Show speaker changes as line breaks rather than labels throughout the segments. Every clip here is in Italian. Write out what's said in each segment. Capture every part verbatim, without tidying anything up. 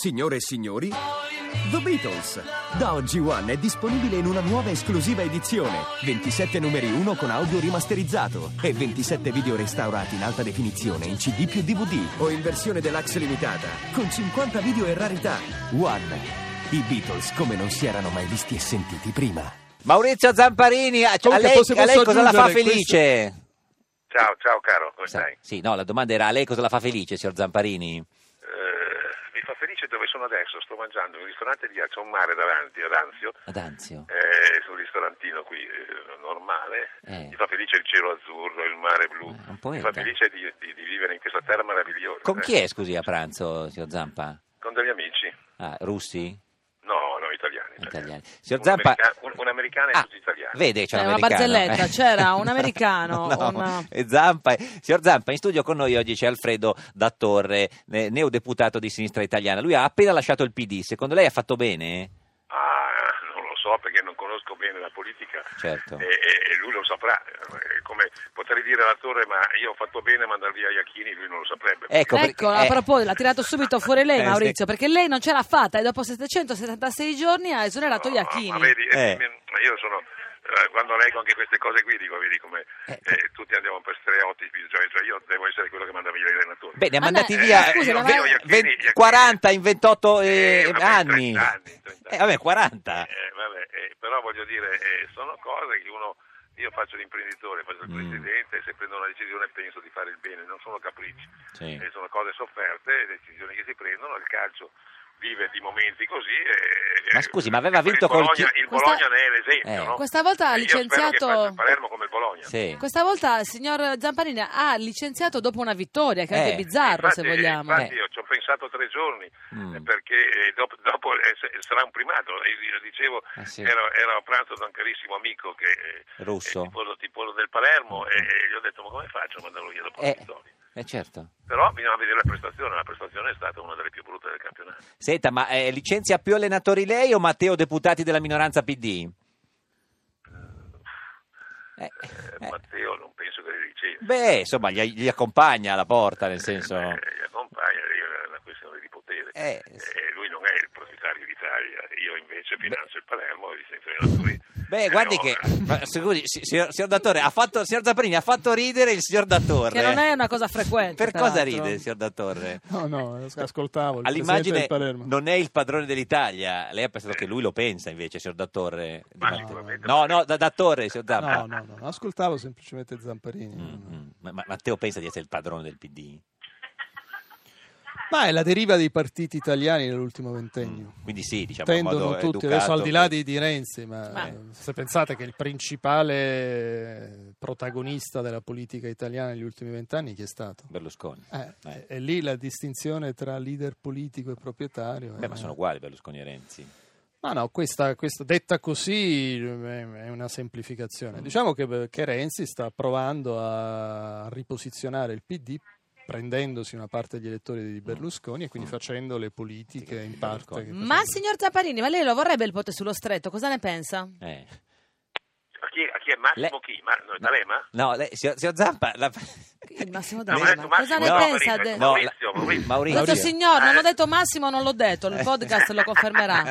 Signore e signori, The Beatles. Da oggi One è disponibile in una nuova esclusiva edizione. ventisette numeri uno con audio rimasterizzato e ventisette video restaurati in alta definizione in C D più D V D o in versione deluxe limitata con cinquanta video e rarità. One. I Beatles come non si erano mai visti e sentiti prima.
Maurizio Zamparini, a, a lei, a lei cosa la fa felice?
Questo... Ciao, ciao caro, come stai?
Sì, no, la domanda era: a lei cosa la fa felice, signor Zamparini?
Uh, mi fa felice dove sono adesso, sto mangiando in un ristorante di c'è un mare davanti, ad Anzio.
Ad Anzio?
Eh, sul ristorantino qui, eh, normale. Eh. Mi fa felice il cielo azzurro, il mare blu. Eh, mi fa felice di, di, di vivere in questa terra meravigliosa.
Con
eh.
chi è, scusi, a pranzo, signor Zampa?
Con degli amici.
Ah, russi?
No, no, italiani.
Italiani. Signor Zampa...
Un, america- un, un americano e
ah,
tutti italiani.
Vede, c'è
eh,
un
una
americano.
barzelletta, c'era un americano.
no,
una...
e Zampa. Signor Zampa, in studio con noi oggi c'è Alfredo Datorre, neodeputato di Sinistra Italiana. Lui ha appena lasciato il P D. Secondo lei ha fatto bene?
Ah, non lo so perché non conosco bene la politica.
Certo.
E, e lui lo saprà. Come potrei dire alla Torre, ma io ho fatto bene a mandare via Iachini, lui non lo saprebbe.
Ecco,
perché,
ecco a
eh,
proposito, l'ha tirato subito fuori lei,
eh,
Maurizio, perché lei non ce l'ha fatta e dopo settecentosettantasei giorni ha esonerato
no,
Iachini.
Ma vedi,
eh.
io sono... quando leggo anche queste cose qui dico, vedi come eh, eh, tutti andiamo per stereotipi, cioè, cioè io devo essere quello che manda via i allenatori.
Beh, ne ha
Ma
mandati
no,
via
eh, scusa,
eh,
ma-
venti,
Iachini, Iachini.
quaranta in ventotto eh,
Eh, vabbè,
anni.
trenta anni, trenta anni.
Eh, vabbè, quaranta.
Eh, vabbè, eh, però voglio dire, eh, sono cose che uno... Io faccio l'imprenditore, faccio il
Mm.
presidente e se prendo una decisione penso di fare il bene, non sono capricci,
Sì.
eh, sono cose sofferte, decisioni che si prendono, il calcio vive di momenti così. E,
Ma scusi, ma aveva vinto
il Bologna,
col Chi-
il
Questa-
Bologna ne è l'esempio,
Eh.
no?
Questa volta ha
E io spero
licenziato-
che faccia il Palermo come il Bologna.
Sì.
Questa volta il signor Zamparini ha licenziato dopo una vittoria, che è
Eh.
anche bizzarro,
Infatti,
se vogliamo.
infatti
Eh.
io ci ho pensato tre giorni
Mm.
eh, perché eh, dopo, dopo eh, se- sarà un primato. E io dicevo,
Eh, sì.
ero, ero a pranzo da un carissimo amico che eh,
Russo.
è tifoso, tifoso del Palermo e, e gli ho detto ma come faccio a mandarlo via dopo la
Eh,
vittoria?
eh, certo.
Però bisogna vedere la prestazione, la prestazione è stata una delle più brutte del campionato.
Senta, ma eh, licenzia più allenatori lei o Matteo deputati della minoranza P D? Eh,
Eh,
eh.
Matteo non penso che li ricevi.
Beh, insomma, gli, gli accompagna alla porta, nel senso...
Eh, gli accompagna, è una questione di potere.
Eh,
Eh, lui non è il proprietario d'Italia, io invece finanzio il Palermo e licenzio i allenatori.
Beh,
Eh,
guardi
no,
che,
eh.
ma, scusi, si- signor, signor Dattore, ha fatto, signor Zamparini, ha fatto ridere il signor Dattore.
Che non è una cosa frequente.
Per cosa
peraltro.
ride il signor Dattore?
No, no, ascoltavo il
All'immagine
presidente del Palermo.
non è il padrone dell'Italia. Lei ha pensato che lui lo pensa invece, signor Dattore? Di
Ma
Matteo.
sicuramente.
No, no, da Dattore, signor Zampa.
No, no, no, ascoltavo semplicemente Zamparini.
Mm, mm. Ma, ma Matteo pensa di essere il padrone del P D?
Ma è la deriva dei partiti italiani nell'ultimo ventennio.
Quindi sì, diciamo in
Tendono
modo
tutti,
educato.
adesso al di là di, di Renzi, ma,
Ma-
eh, se pensate che il principale protagonista della politica italiana negli ultimi vent'anni chi è stato?
Berlusconi.
Eh,
Eh.
È lì la distinzione tra leader politico e proprietario.
Beh,
eh.
ma sono uguali Berlusconi e Renzi.
Ma no, questa, questa- detta così è è una semplificazione. Diciamo che, che Renzi sta provando a riposizionare il P D prendendosi una parte degli elettori di Berlusconi e quindi facendo le politiche in parte. che
Ma
faceva-
signor Zamparini, ma lei lo vorrebbe il ponte sullo stretto? Cosa ne pensa?
Eh.
A chi, a chi è Massimo
Le-
chi? Ma, no, D'Alema?
No, lei, signor, signor Zampa... La...
Il Massimo
No, ma ha
D'Alema.
detto
Cosa ne
Massimo, no,
pensa?
Maurizio,
de-
No,
Maurizio,
la-
Maurizio.
Ho
Maurizio.
detto signor, non ho
Eh.
detto Massimo, non l'ho detto, il podcast lo confermerà.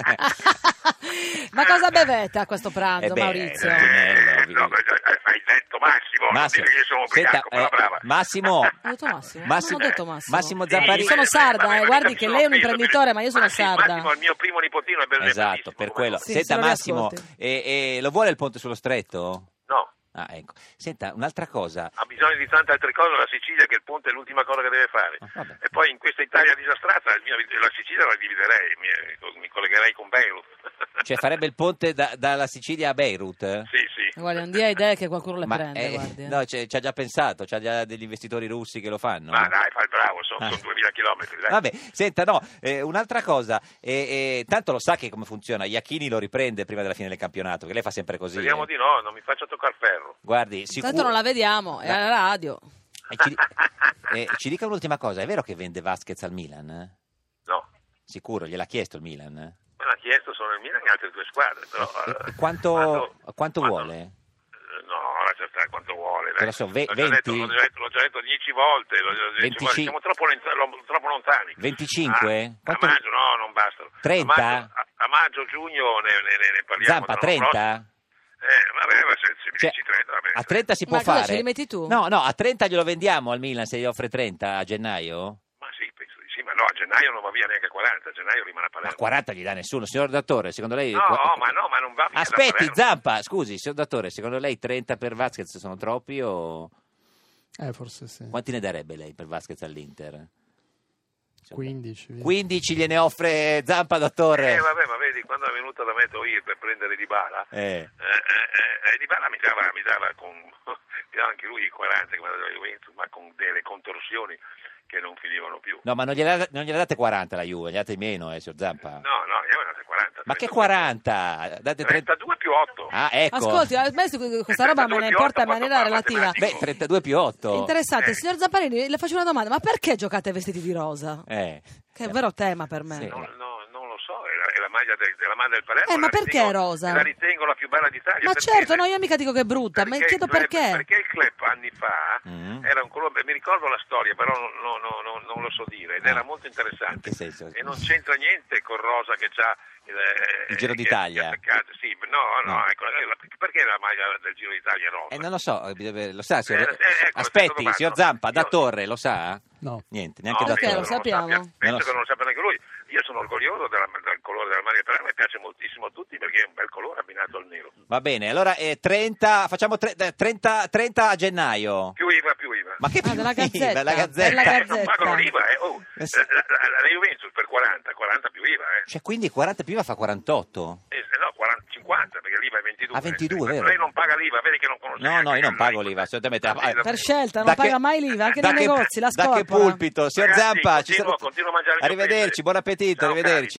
Ma cosa bevete a questo pranzo,
Eh beh,
Maurizio?
eh,
Eh, no, eh, hai detto Massimo, non
Massimo,
dire che sono
senta,
ubriaco, però
eh,
brava.
Massimo,
Ho detto Massimo?
Massimo-
Non ho detto Massimo.
Massimo
Sì,
Zamparini-
Io sono
eh,
sarda,
vabbè,
eh,
ma
guardi
mi
che
sono
lei è un
offeso,
imprenditore, ma io sono
Massimo,
sarda.
Massimo, il mio primo nipotino è ben
esatto,
bellissimo,
per
come
quello.
no.
Sì,
Senta
se lo
Massimo,
riascolti.
e, e lo vuole il ponte sullo stretto?
No,
Ah, ecco. Senta, un'altra cosa.
ha bisogno di tante altre cose la Sicilia, che il ponte è l'ultima cosa che deve fare.
Ah, vabbè.
E poi in questa Italia disastrata il mio- la Sicilia la dividerei, mi, mi collegherei con Beirut.
Cioè farebbe il ponte da- dalla Sicilia a Beirut?
Sì, sì.
Guardi, non dia idee che qualcuno le
Ma,
prende,
eh,
guardi. eh.
no, c'è- ci ha già pensato, c'ha già degli investitori russi che lo fanno.
Ma dai, fa il bravo, sono,
Ah.
sono duemila chilometri. Dai.
Vabbè, senta, no, eh, un'altra cosa, eh, eh, tanto lo sa che come funziona, Iachini lo riprende prima della fine del campionato, perché lei fa sempre così.
Speriamo
eh.
di no, non mi faccia toccare ferro.
Guardi, sicuro...
Tanto non la vediamo, è alla radio.
Eh, ci, di- eh, ci dica un'ultima cosa, è vero che vende Vasquez al Milan? eh?
No,
Sicuro, gliel'ha chiesto il Milan? eh?
me l'ha chiesto solo il Milan e altre due squadre. Però,
E-
eh,
e quanto,
quando-
quanto
quando-
vuole?
eh, No, lascia stare quanto vuole.
cosa so, ve-
l'ho, già detto,
venti?
l'ho, già detto, l'ho già detto dieci volte, l'ho già detto dieci volte. Siamo troppo, lent- troppo lontani.
venticinque?
Ah, a maggio, no, non bastano.
trenta?
A maggio, a, a maggio giugno ne, ne, ne parliamo.
Zampa, trenta?
Eh, vabbè, ma se, se mi
Cioè,
dici trenta, va bene.
a trenta si può
Ma cosa,
fare?
ce li metti tu?
No, no, a trenta glielo vendiamo al Milan se gli offre trenta a gennaio?
Ma sì, penso di sì, ma no, a gennaio non va via neanche a quaranta, a gennaio rimane a
Ma
Palermo.
quaranta gli dà nessuno, signor Dottore, secondo lei...
No,
qua-
ma no, ma non va via da
Aspetti,
Palermo.
Zampa, scusi, signor Dottore, secondo lei trenta per Vasquez sono troppi o...
Eh, forse sì.
Quanti ne darebbe lei per Vasquez all'Inter?
quindici. via.
quindici gliene offre Zampa, Dottore?
Eh, vabbè, ma vedi, quando è venuto da me io per prendere Dybala,
Eh.
eh, eh, eh, Dybala mi dava, mi dava con, mi dava anche lui i quaranta, che mi dava la Juventus, ma con delle contorsioni che non finivano più.
No, ma non gliela, non gliela date quaranta la Juve, gli date meno, eh, signor Zampa.
No, no, io ne date quaranta.
Ma che quaranta? Date trenta...
trentadue più otto.
Ah, ecco.
Ascolti, a me su- questa roba me ne importa in maniera relativa.
Beh, trentadue più otto.
Interessante,
Eh.
signor Zamparini, le faccio una domanda, ma perché giocate vestiti di rosa?
Eh.
Che è un vero tema per me.
Sì.
No, no, non lo so, è la, è la maglia del, è la maglia del Palermo.
Eh, ma
la
perché
ritengo-
rosa?
La ritengo la più bella d'Italia.
Ma
perché-
certo, no, io mica dico che è brutta, ma chiedo
il club-
perché.
Perché il club anni fa
Mm.
era un colore, mi ricordo la storia, però non, non- non- non lo so dire, ed
Ah.
era molto interessante.
In che senso?
E non c'entra niente con Rosa che c'ha il, eh,
Il Giro
che-
d'Italia.
che attaccato- sì, no, no,
No.
ecco, eh, la- perché la maglia del Giro d'Italia è rosa?
Eh, non lo so, eh, lo sa, signor...
Eh, eh, ecco,
Aspetti,
questo
signor
domando.
Zampa, da
Io-
Torre, lo sa?
No.
Niente, neanche
No,
da
perché
penso
lo
Torre.
che non
sappiamo.
sappia- penso
Non lo
che
so.
non lo sappia neanche lui. Io sono orgoglioso della- del colore della maglia, però mi piace moltissimo a tutti perché è un bel colore abbinato al nero.
Va bene, allora eh, trenta, facciamo tre- eh, trenta, trenta a gennaio.
Più I V A, più I V A.
Ma che
Ah,
più
della
I V A?
Gazzetta,
La Gazzetta.
della
Eh,
Gazzetta.
non pagano l'I V A, eh. Oh,
Eh sì.
la, la- la Juventus per quaranta, quaranta più I V A, eh.
Cioè, quindi quaranta più I V A fa quarantotto?
Eh, no, quaranta, cinquanta, perché l'I V A è ventidue.
Ah, ventidue,
Eh,
vero.
Lei non paga l'I V A, vedi che non conosce
No,
neanche
no, io non
il-
pago l'I V A, assolutamente.
Ah, sì,
Per scelta, non
Da che-
paga mai l'I V A, anche
da
nei
che-
negozi, la
Da che
scorpora.
pulpito, signor
Ragazzi,
Zampa, ci
continuo-
saluti.
continuo a mangiare il mio
Arrivederci,
pesce.
buon appetito,
Ciao,
arrivederci.